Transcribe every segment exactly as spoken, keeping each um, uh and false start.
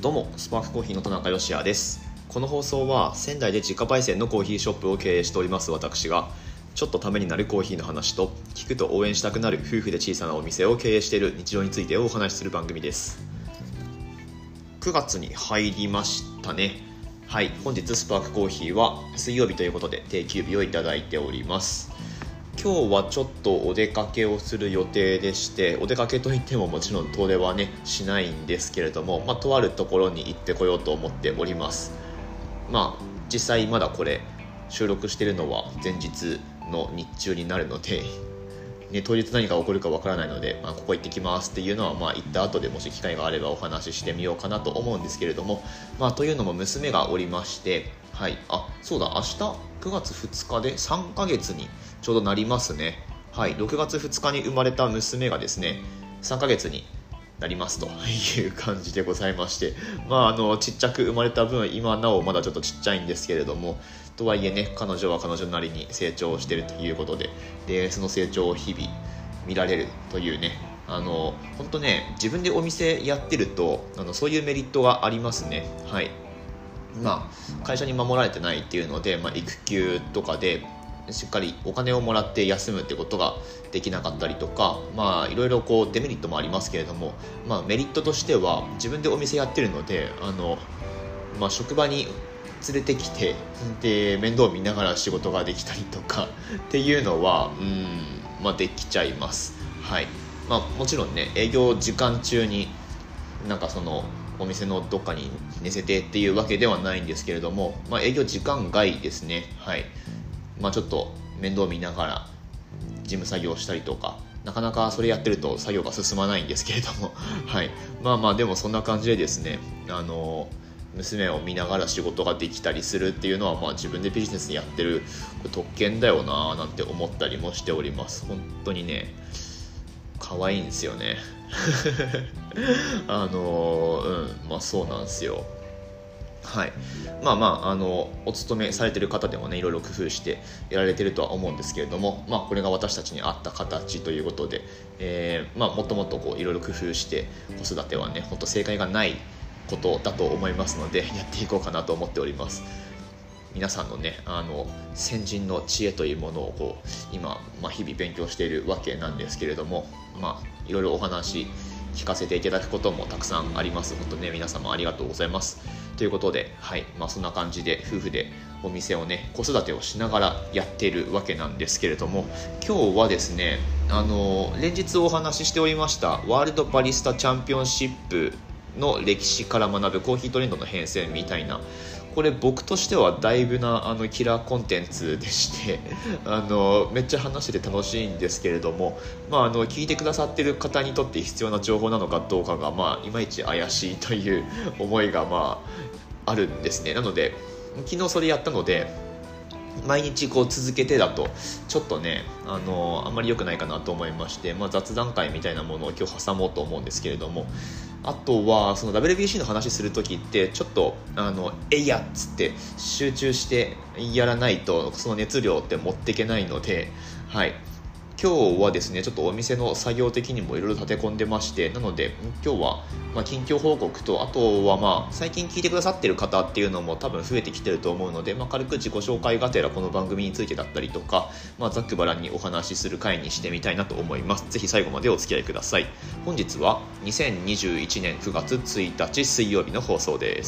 どうもスパークコーヒーの田中芳也です。この放送は仙台で自家焙煎のコーヒーショップを経営しております私がちょっとためになるコーヒーの話と聞くと応援したくなる夫婦で小さなお店を経営している日常についてお話しする番組です。くがつに入りましたね。はい、本日スパークコーヒーは水曜日ということで定休日をいただいております。今日はちょっとお出かけをする予定でして、お出かけといってももちろん遠出はねしないんですけれども、まあ、とあるところに行ってこようと思っております。まあ実際まだこれ収録しているのは前日の日中になるので、ね、当日何が起こるかわからないので、まあ、ここ行ってきますっていうのは、まあ、行った後でもし機会があればお話ししてみようかなと思うんですけれども、まあ、というのも娘がおりまして、はい、あ、そうだ、明日くがつふつかでさんかげつにちょうどなりますね。はい、ろくがつふつかに生まれた娘がですねさんかげつになりますという感じでございまして、まあ、あのちっちゃく生まれた分今なおまだちょっとちっちゃいんですけれども、とはいえね彼女は彼女なりに成長しているということで、でその成長を日々見られるというね、あの本当ね自分でお店やってるとあのそういうメリットがありますね。はい、まあ、会社に守られてないっていうので、まあ、育休とかでしっかりお金をもらって休むってことができなかったりとか、まあいろいろこうデメリットもありますけれども、まあ、メリットとしては自分でお店やってるので、あの、まあ、職場に連れてきてで面倒を見ながら仕事ができたりとかっていうのはうん、まあ、できちゃいます。はい、まあ、もちろんね営業時間中になんかそのお店のどっかに寝せてっていうわけではないんですけれども、まあ、営業時間外ですね。はい、まあ、ちょっと面倒見ながら事務作業したりとか、なかなかそれやってると作業が進まないんですけれどもはい、まあまあでもそんな感じでですね、あの娘を見ながら仕事ができたりするっていうのは、まあ自分でビジネスやってる特権だよななんて思ったりもしております。本当にね可愛いんですよねあのうんまあそうなんですよ。はい、まあまああのお勤めされてる方でもねいろいろ工夫してやられてるとは思うんですけれども、まあこれが私たちに合った形ということで、えー、まあもっともっとこういろいろ工夫して子育てはね本当正解がないことだと思いますのでやっていこうかなと思っております。皆さんのねあの先人の知恵というものをこう今、まあ、日々勉強しているわけなんですけれども、まあいろいろお話聞かせていただくこともたくさんあります。本当ね皆様ありがとうございますということで、はい、まあ、そんな感じで夫婦でお店をね子育てをしながらやっているわけなんですけれども、今日はですねあの連日お話ししておりましたワールドバリスタチャンピオンシップの歴史から学ぶコーヒートレンドの変遷みたいな、これ僕としてはだいぶなあのキラーコンテンツでしてあのめっちゃ話してて楽しいんですけれども、まあ、あの聞いてくださってる方にとって必要な情報なのかどうかが、まあ、いまいち怪しいという思いが、まあ、あるんですね。なので昨日それやったので毎日こう続けてだとちょっとね あのあんまり良くないかなと思いまして、まあ、雑談会みたいなものを今日挟もうと思うんですけれども、あとはその ダブリュービーシー の話するときってちょっとあのえいやっつって集中してやらないとその熱量って持っていけないので、はい、今日はですねちょっとお店の作業的にもいろいろ立て込んでまして、なので今日はまあ近況報告と、あとはまあ最近聞いてくださってる方っていうのも多分増えてきてると思うので、まあ、軽く自己紹介がてらこの番組についてだったりとか、まあ、ざっくばらんにお話しする回にしてみたいなと思います。ぜひ最後までお付き合いください。本日はにせんにじゅういちねんくがつついたち水曜日の放送です。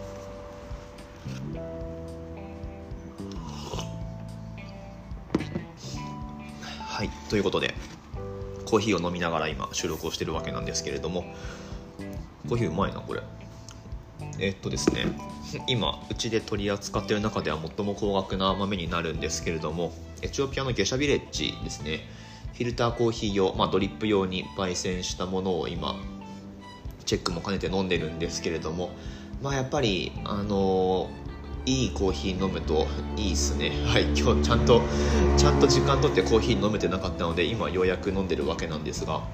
はい、ということでコーヒーを飲みながら今収録をしているわけなんですけれども、コーヒーうまいなこれ。えー、っとですね今うちで取り扱っている中では最も高額な豆になるんですけれども、エチオピアのゲシャビレッジですね。フィルターコーヒー用、まあ、ドリップ用に焙煎したものを今チェックも兼ねて飲んでるんですけれども、まあやっぱりあのーいいコーヒー飲むといいですね。はい、今日ちゃんとちゃんと時間とってコーヒー飲めてなかったので今ようやく飲んでるわけなんですが、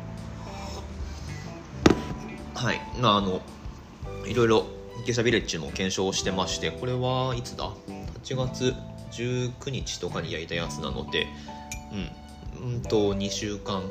はい、まああのいろいろゲシャビレッジも検証してまして、これはいつだはちがつじゅうくにちとかに焼いたやつなので、うん、うんとにしゅうかん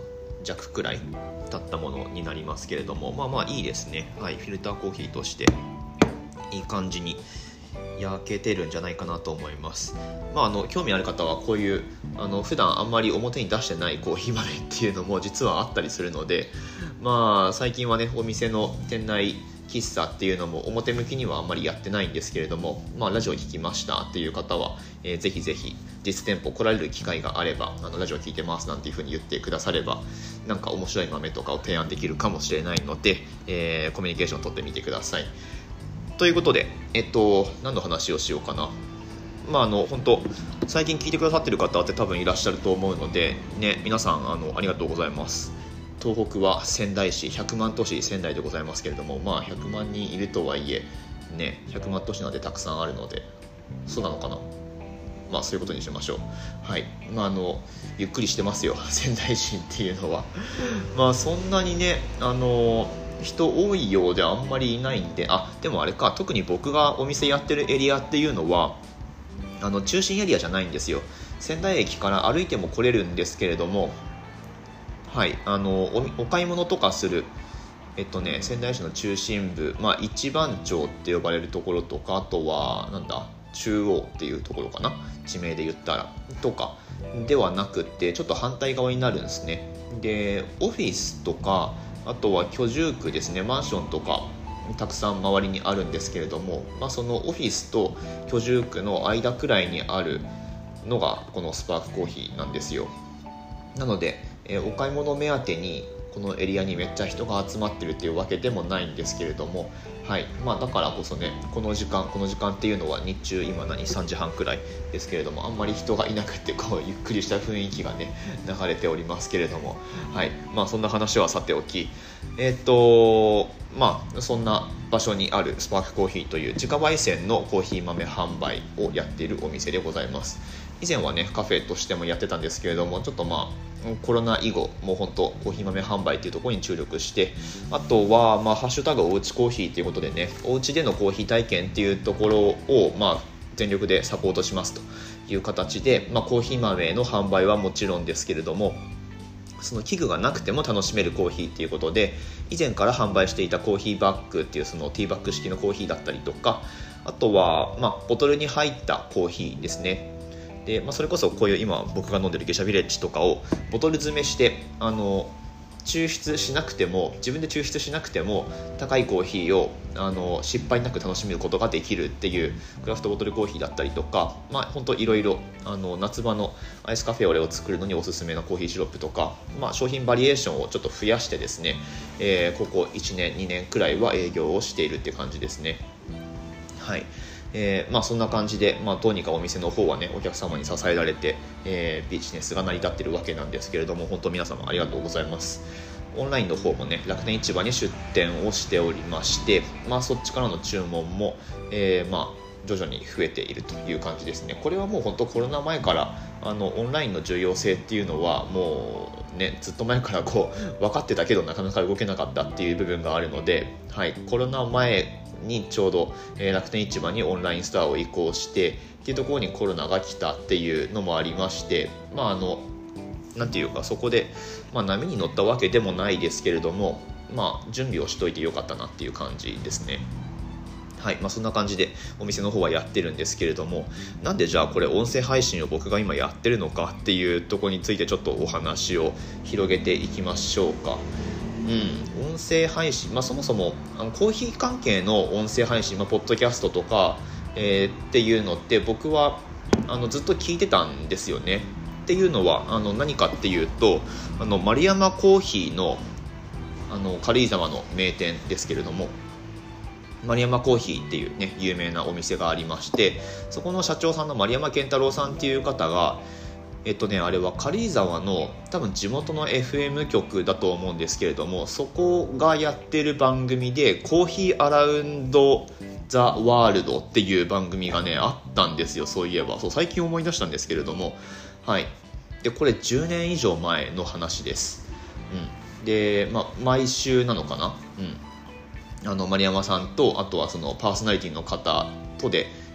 弱くらい経ったものになりますけれども、まあまあいいですね。はい、フィルターコーヒーとしていい感じに焼けてるんじゃないかなと思います。まあ、あの興味ある方はこういうあの普段あんまり表に出してないコーヒー豆っていうのも実はあったりするので、まあ最近はねお店の店内喫茶っていうのも表向きにはあんまりやってないんですけれども、まあ、ラジオ聞きましたっていう方は、えー、ぜひぜひ実店舗来られる機会があれば、あのラジオ聞いてますなんていう風に言ってくだされば、なんか面白い豆とかを提案できるかもしれないので、えー、コミュニケーション取ってみてください。ということで、えっと何の話をしようかな。まああの本当最近聞いてくださってる方って多分いらっしゃると思うのでね、皆さんあのありがとうございます。東北は仙台市、ひゃくまん都市仙台でございますけれども、まあひゃくまんにんいるとはいえね、ひゃくまん都市なんでたくさんあるので、そうなのかな、まあそういうことにしましょう。はい、まああのゆっくりしてますよ仙台市っていうのはまあそんなにねあの人多いようであんまりいないんで、あでもあれか、特に僕がお店やってるエリアっていうのはあの中心エリアじゃないんですよ。仙台駅から歩いても来れるんですけれども、はい、あの お, お買い物とかする、えっとね、仙台市の中心部、まあ、一番町って呼ばれるところとか、あとはなんだ中央っていうところかな、地名で言ったらとかではなくて、ちょっと反対側になるんですね。でオフィスとか、あとは居住区ですね、マンションとかたくさん周りにあるんですけれども、まあ、そのオフィスと居住区の間くらいにあるのがこのスパークコーヒーなんですよ。なので、えー、お買い物目当てにこのエリアにめっちゃ人が集まってるっていうわけでもないんですけれども、はい、まあ、だからこそね、この時間この時間っていうのは日中今何さんじはんくらいですけれども、あんまり人がいなくてこうゆっくりした雰囲気がね流れておりますけれども、はい、まあそんな話はさておき、えー、っとまあそんな場所にあるスパークコーヒーという自家焙煎のコーヒー豆販売をやっているお店でございます。以前はねカフェとしてもやってたんですけれども、ちょっとまあコロナ以後もう本当コーヒー豆販売っていうところに注力して、あとはまあハッシュタグおうちコーヒーということでね、おうちでのコーヒー体験っていうところをまあ全力でサポートしますという形で、まあ、コーヒー豆の販売はもちろんですけれども、その器具がなくても楽しめるコーヒーっていうことで、以前から販売していたコーヒーバッグっていうそのティーバッグ式のコーヒーだったりとか、あとはまあボトルに入ったコーヒーですね。で、まあ、それこそこういう今僕が飲んでるゲシャビレッジとかをボトル詰めしてあの抽出しなくても自分で抽出しなくても高いコーヒーをあの失敗なく楽しめることができるっていうクラフトボトルコーヒーだったりとか、まあ本当いろいろあの夏場のアイスカフェオレを作るのにおすすめのコーヒーシロップとか、まあ、商品バリエーションをちょっと増やしてですね、えー、ここいちねんにねんくらいは営業をしているって感じですね。はい、えーまあ、そんな感じで、まあ、どうにかお店の方はねお客様に支えられて、えー、ビジネスが成り立っているわけなんですけれども、本当皆様ありがとうございます。オンラインの方もね楽天市場に出店をしておりまして、まあ、そっちからの注文も、えーまあ、徐々に増えているという感じですね。これはもう本当コロナ前からあのオンラインの重要性っていうのはもうねずっと前からこう分かってたけどなかなか動けなかったっていう部分があるので、はい、コロナ前にちょうど、えー、楽天市場にオンラインストアを移行してっていうところにコロナが来たっていうのもありまして、まああのなんていうかそこで、まあ、波に乗ったわけでもないですけれども、まあ、準備をしといてよかったなっていう感じですね。はい、まあ、そんな感じでお店の方はやってるんですけれども、なんでじゃあこれ音声配信を僕が今やってるのかっていうところについてちょっとお話を広げていきましょうか。うん、音声配信、まあ、そもそもあのコーヒー関係の音声配信、まあ、ポッドキャストとか、えー、っていうのって僕はあのずっと聞いてたんですよね。っていうのはあの何かっていうと、あの丸山コーヒーのあの軽井沢の名店ですけれども、丸山コーヒーっていうね有名なお店がありまして、そこの社長さんの丸山健太郎さんっていう方がえっとねあれは軽井沢の多分地元の エフエム 局だと思うんですけれども、そこがやってる番組でコーヒーアラウンドザワールドっていう番組がねあったんですよ。そういえばそう最近思い出したんですけれども、はい、でこれじゅうねん以上前の話です。うん、で、まあ、毎週なのかな、うん、あの丸山さんとあとはそのパーソナリティの方とで、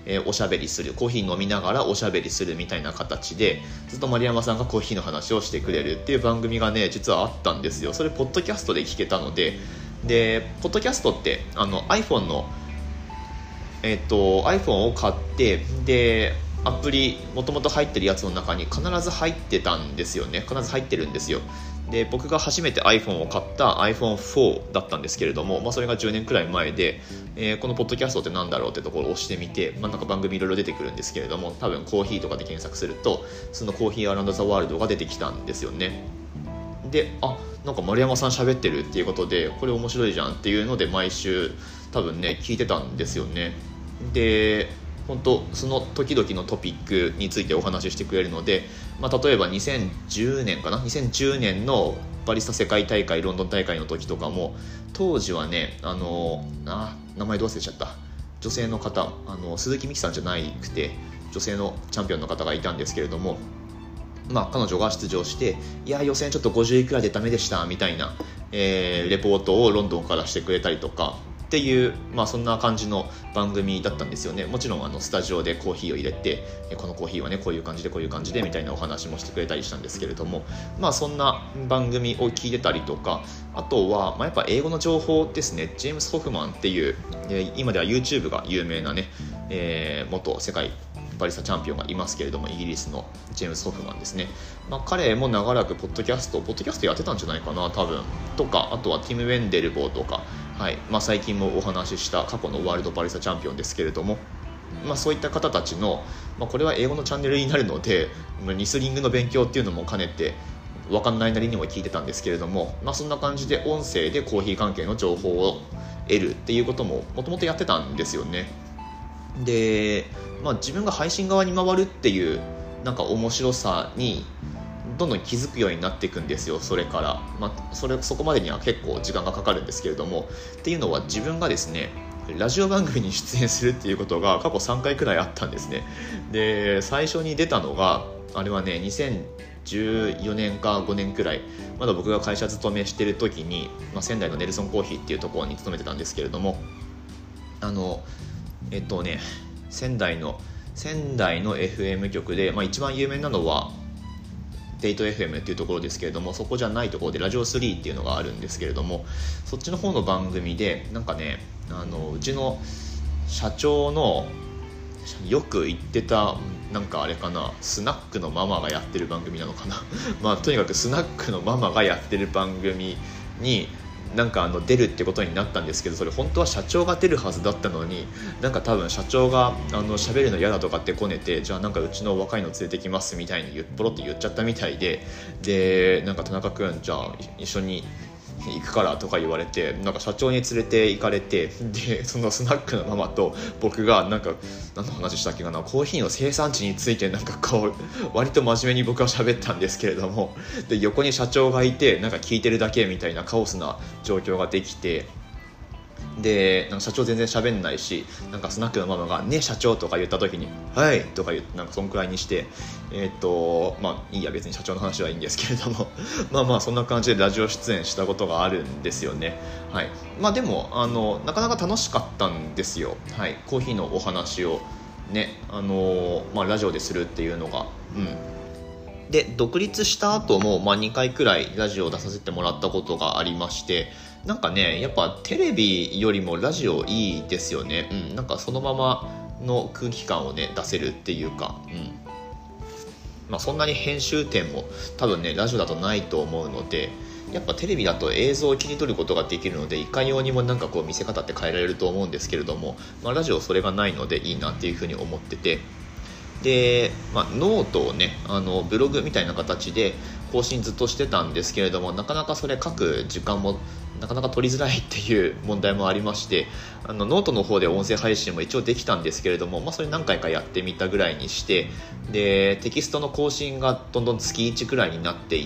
えー、おしゃべりする、コーヒー飲みながらおしゃべりするみたいな形でずっと丸山さんがコーヒーの話をしてくれるっていう番組がね実はあったんですよ。それポッドキャストで聞けたので、でポッドキャストってあの iPhone のえっと iPhone を買ってでアプリもともと入ってるやつの中に必ず入ってたんですよね。必ず入ってるんですよ。で僕が初めて iPhone を買った アイフォンフォー だったんですけれども、まあ、それがじゅうねんくらい前で、えー、このポッドキャストってなんだろうってところを押してみて、まあ、なんか番組いろいろ出てくるんですけれども、多分コーヒーとかで検索するとそのコーヒーアラウンドザワールドが出てきたんですよね。で、あ、なんか丸山さん喋ってるっていうことでこれ面白いじゃんっていうので毎週多分ね聞いてたんですよね。で本当その時々のトピックについてお話ししてくれるので、まあ、例えばにせんじゅうねんかなにせんじゅうねんのバリスタ世界大会ロンドン大会の時とかも当時はねあのあ名前どう忘れちゃった女性の方あの鈴木美希さんじゃなくて女性のチャンピオンの方がいたんですけれども、まあ、彼女が出場していや予選ちょっとごじゅういくらでダメでしたみたいな、えー、レポートをロンドンからしてくれたりとかっていう、まあ、そんな感じの番組だったんですよね。もちろんあのスタジオでコーヒーを入れてこのコーヒーはねこういう感じでこういう感じでみたいなお話もしてくれたりしたんですけれども、まあそんな番組を聞いてたりとか、あとは、まあ、やっぱ英語の情報ですね。ジェームス・ホフマンっていう今では YouTube が有名なね、えー、元世界バリスタチャンピオンがいますけれども、イギリスのジェームス・ホフマンですね、まあ、彼も長らくポッドキャストポッドキャストやってたんじゃないかな多分とか、あとはティム・ウェンデルボーとか、はいまあ、最近もお話しした過去のワールドバリスタチャンピオンですけれども、まあ、そういった方たちの、まあ、これは英語のチャンネルになるのでリスニングの勉強っていうのも兼ねて分かんないなりにも聞いてたんですけれども、まあ、そんな感じで音声でコーヒー関係の情報を得るっていうことももともとやってたんですよね。で、まあ、自分が配信側に回るっていうなんか面白さにどんどん気づくようになっていくんですよ。それから、まあ、それそこまでには結構時間がかかるんですけれども、っていうのは自分がですねラジオ番組に出演するっていうことが過去さんかいくらいあったんですね。で最初に出たのがあれはねにせんじゅうよねんかごねんくらい、まだ僕が会社勤めしてる時に、まあ、仙台のネルソンコーヒーっていうところに勤めてたんですけれども、あのえっとね仙台の仙台の エフエム 局で、まあ、一番有名なのはデイト エフエム っていうところですけれども、そこじゃないところでラジオスリーっていうのがあるんですけれども、そっちの方の番組でなんかねあのうちの社長のよく行ってたなんかあれかなスナックのママがやってる番組なのかなまあとにかくスナックのママがやってる番組になんかあの出るってことになったんですけど、それ本当は社長が出るはずだったのに、なんか多分社長があの喋るの嫌だとかってこねて、じゃあなんかうちの若いの連れてきますみたいに言っぽろって言っちゃったみたいで、でなんか田中君じゃあ一緒に行くからとか言われて、なんか社長に連れて行かれて、でそのスナックのママと僕がなんか何の話したっけかな、コーヒーの生産地についてなんかこう割と真面目に僕は喋ったんですけれども、で横に社長がいてなんか聞いてるだけみたいなカオスな状況ができて、でなんか社長全然喋んないし、なんかスナックのママがね社長とか言った時にはいとか言ってなんかそんくらいにして、えー、っとまあいいや別に社長の話はいいんですけれどもまあまあそんな感じでラジオ出演したことがあるんですよね。はい、まあでもあのなかなか楽しかったんですよ。はい、コーヒーのお話をねあの、まあ、ラジオでするっていうのが、うんで独立した後も、まあ、にかいくらいラジオを出させてもらったことがありまして、なんかねやっぱテレビよりもラジオいいですよね。うん、なんかそのままの空気感をね出せるっていうか、うんまあ、そんなに編集点も多分ねラジオだとないと思うので、やっぱテレビだと映像を切り取ることができるのでいかようにもなんかこう見せ方って変えられると思うんですけれども、まあ、ラジオそれがないのでいいなっていうふうに思ってて、で、まあ、ノートをねあのブログみたいな形で更新ずっとしてたんですけれども、なかなかそれ書く時間もなかなか取りづらいっていう問題もありまして、あのノートの方で音声配信も一応できたんですけれども、まあ、それ何回かやってみたぐらいにして、でテキストの更新がどんどん月いちくらいになっていって、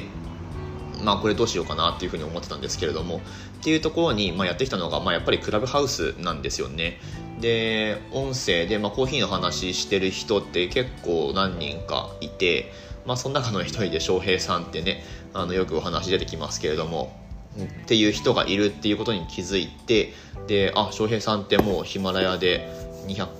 まあこれどうしようかなっていうふうに思ってたんですけれども、っていうところに、まあ、やってきたのが、まあ、やっぱりクラブハウスなんですよね。で音声で、まあ、コーヒーの話してる人って結構何人かいて、まあ、その中の一人で翔平さんってねあのよくお話出てきますけれどもっていう人がいるっていうことに気づいて、であ翔平さんってもうヒマラヤでにひゃっかい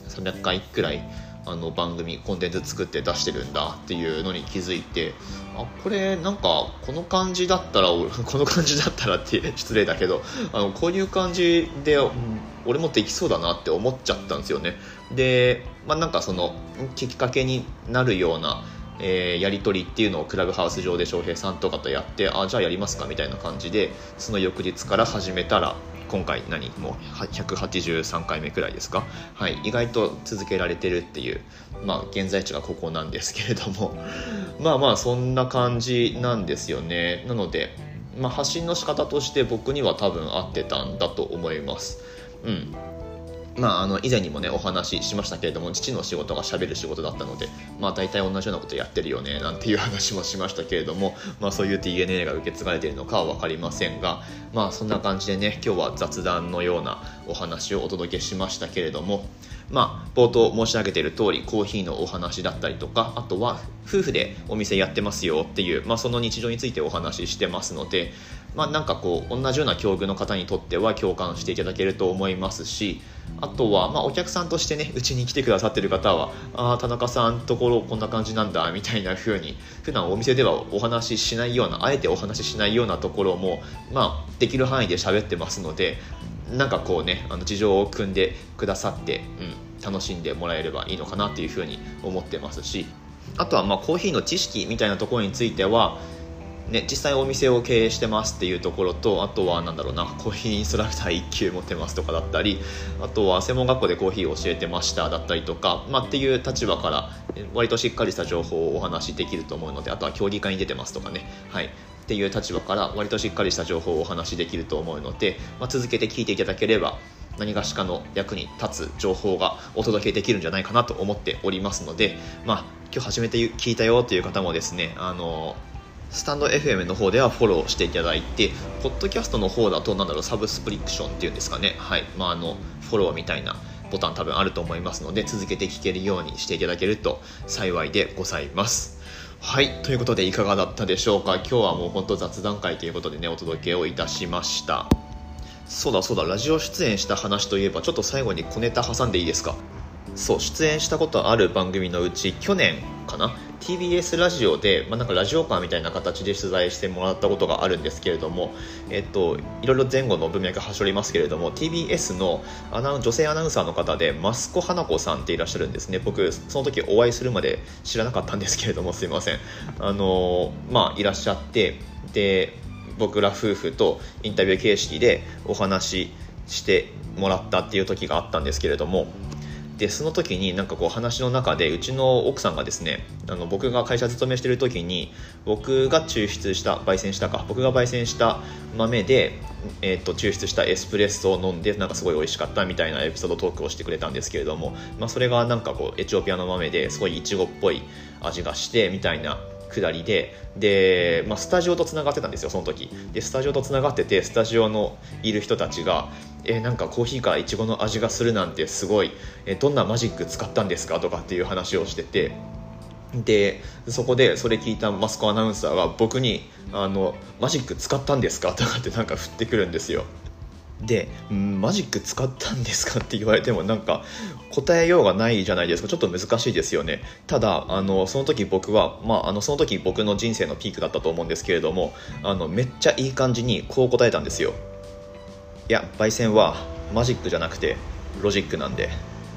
さんびゃっかいくらいあの番組コンテンツ作って出してるんだっていうのに気づいて、あこれなんかこの感じだったらこの感じだったらって失礼だけど、あのこういう感じで俺もできそうだなって思っちゃったんですよね。で、まあ、なんかそのきっかけになるような、えー、やり取りっていうのをクラブハウス上で翔平さんとかとやって、あじゃあやりますかみたいな感じで、その翌日から始めたら今回何もうひゃくはちじゅうさんかいめくらいですか、はい、意外と続けられてるっていう、まあ現在地がここなんですけれどもまあまあそんな感じなんですよね。なので、まあ、発信の仕方として僕には多分合ってたんだと思います。うんまあ、あの以前にもねお話ししましたけれども、父の仕事が喋る仕事だったので、まあ、大体同じようなことやってるよねなんていう話もしましたけれども、まあ、そういう ディーエヌエー が受け継がれているのかは分かりませんが、まあそんな感じでね、今日は雑談のようなお話をお届けしましたけれども、まあ、冒頭申し上げている通りコーヒーのお話だったりとか、あとは夫婦でお店やってますよっていう、まあ、その日常についてお話ししてますので、まあ、なんかこう同じような境遇の方にとっては共感していただけると思いますし、あとはまあお客さんとしてねうちに来てくださってる方は、あ田中さんところこんな感じなんだみたいな風に普段お店ではお話ししないような、あえてお話ししないようなところも、まあ、できる範囲で喋ってますので、なんかこうねあの事情を組んでくださって、うん、楽しんでもらえればいいのかなという風に思ってますし、あとはまあコーヒーの知識みたいなところについてはね、実際お店を経営してますっていうところと、あとはなんだろうな、コーヒーインストラクターいっ級持ってますとかだったり、あとは専門学校でコーヒーを教えてましただったりとか、まあ、っていう立場から割としっかりした情報をお話しできると思うので、あとは競技会に出てますとかね、はい、っていう立場から割としっかりした情報をお話しできると思うので、まあ、続けて聞いていただければ何がしかの役に立つ情報がお届けできるんじゃないかなと思っておりますので、まあ、今日初めて聞いたよという方もですね、あのスタンド エフエム の方ではフォローしていただいて、ポッドキャストの方だとなんだろうサブスクリプションっていうんですかね、はい、まあ、あのフォローみたいなボタン多分あると思いますので、続けて聞けるようにしていただけると幸いでございます。はい、ということでいかがだったでしょうか。今日はもう本当雑談会ということでねお届けをいたしました。そうだそうだ、ラジオ出演した話といえばちょっと最後に小ネタ挟んでいいですか。そう、出演したことある番組のうち去年かな ティービーエス ラジオで、まあ、なんかラジオカーみたいな形で取材してもらったことがあるんですけれども、えっと、いろいろ前後の文脈はしょりますけれども ティービーエス のアナウン女性アナウンサーの方で益子花子さんっていらっしゃるんですね。僕その時お会いするまで知らなかったんですけれども、すいません、あのまあいらっしゃって、で僕ら夫婦とインタビュー形式でお話ししてもらったっていう時があったんですけれども、でその時になんかこう話の中でうちの奥さんがですね、あの僕が会社勤めしてる時に僕が抽出した焙煎したか僕が焙煎した豆で、えー、と抽出したエスプレッソを飲んでなんかすごい美味しかったみたいなエピソードトークをしてくれたんですけれども、まあ、それがなんかこうエチオピアの豆ですごいイチゴっぽい味がしてみたいなくだりで、で、まあ、スタジオとつながってたんですよその時で。スタジオとつながってて、スタジオのいる人たちがえなんかコーヒーからイチゴの味がするなんてすごい、えどんなマジック使ったんですかとかっていう話をしてて、でそこでそれ聞いたマスコアナウンサーが僕にあのマジック使ったんですかとかってなんか振ってくるんですよ。でマジック使ったんですかって言われてもなんか答えようがないじゃないですか。ちょっと難しいですよね。ただあのその時僕は、まあ、あのその時僕の人生のピークだったと思うんですけれども、あのめっちゃいい感じにこう答えたんですよ。いや焙煎はマジックじゃなくてロジックなんで。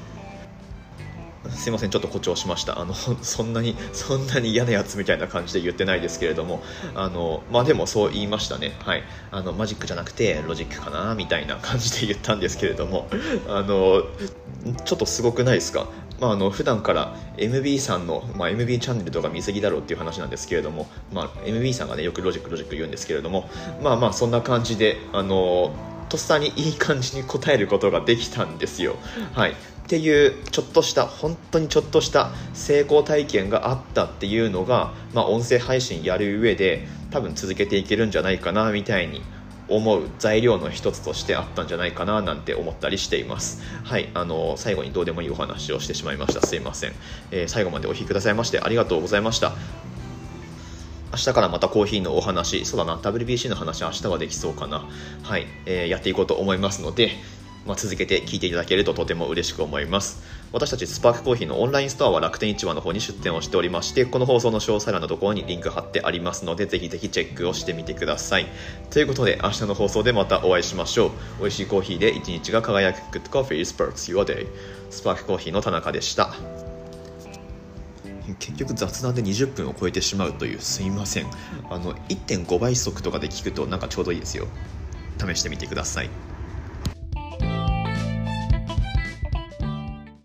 すいませんちょっと誇張しました。あのそんなにそんなに嫌なやつみたいな感じで言ってないですけれども、あのまあでもそう言いましたね。はい、あのマジックじゃなくてロジックかなみたいな感じで言ったんですけれども、あのちょっとすごくないですか。まあ、あの普段から エムビー さんの、まあ、エムビー チャンネルとか見過ぎだろうっていう話なんですけれども、まあ、エムビー さんがねよくロジックロジック言うんですけれども、まあまあそんな感じであのとっさにいい感じに答えることができたんですよ。はい、っていうちょっとした本当にちょっとした成功体験があったっていうのが、まあ、音声配信やる上で多分続けていけるんじゃないかなみたいに思う材料の一つとしてあったんじゃないかななんて思ったりしています。はい、あの最後にどうでもいいお話をしてしまいました。すいません、えー、最後までお聞きくださいましてありがとうございました。明日からまたコーヒーのお話、そうだな ダブリュービーシー の話明日はできそうかな。はい、えー、やっていこうと思いますので、まあ、続けて聞いていただけるととても嬉しく思います。 私たちスパークコーヒーのオンラインストアは楽天市場の方に出店をしておりまして、この放送の詳細欄のところにリンク貼ってありますので、ぜひぜひチェックをしてみてください。ということで明日の放送でまたお会いしましょう。美味しいコーヒーで一日が輝く Good Coffee Sparks Your Day。 スパークコーヒーの田中でした。結局雑談でにじゅっぷんを超えてしまうという、すいません。あの いってんご 倍速とかで聞くとなんかちょうどいいですよ。試してみてください。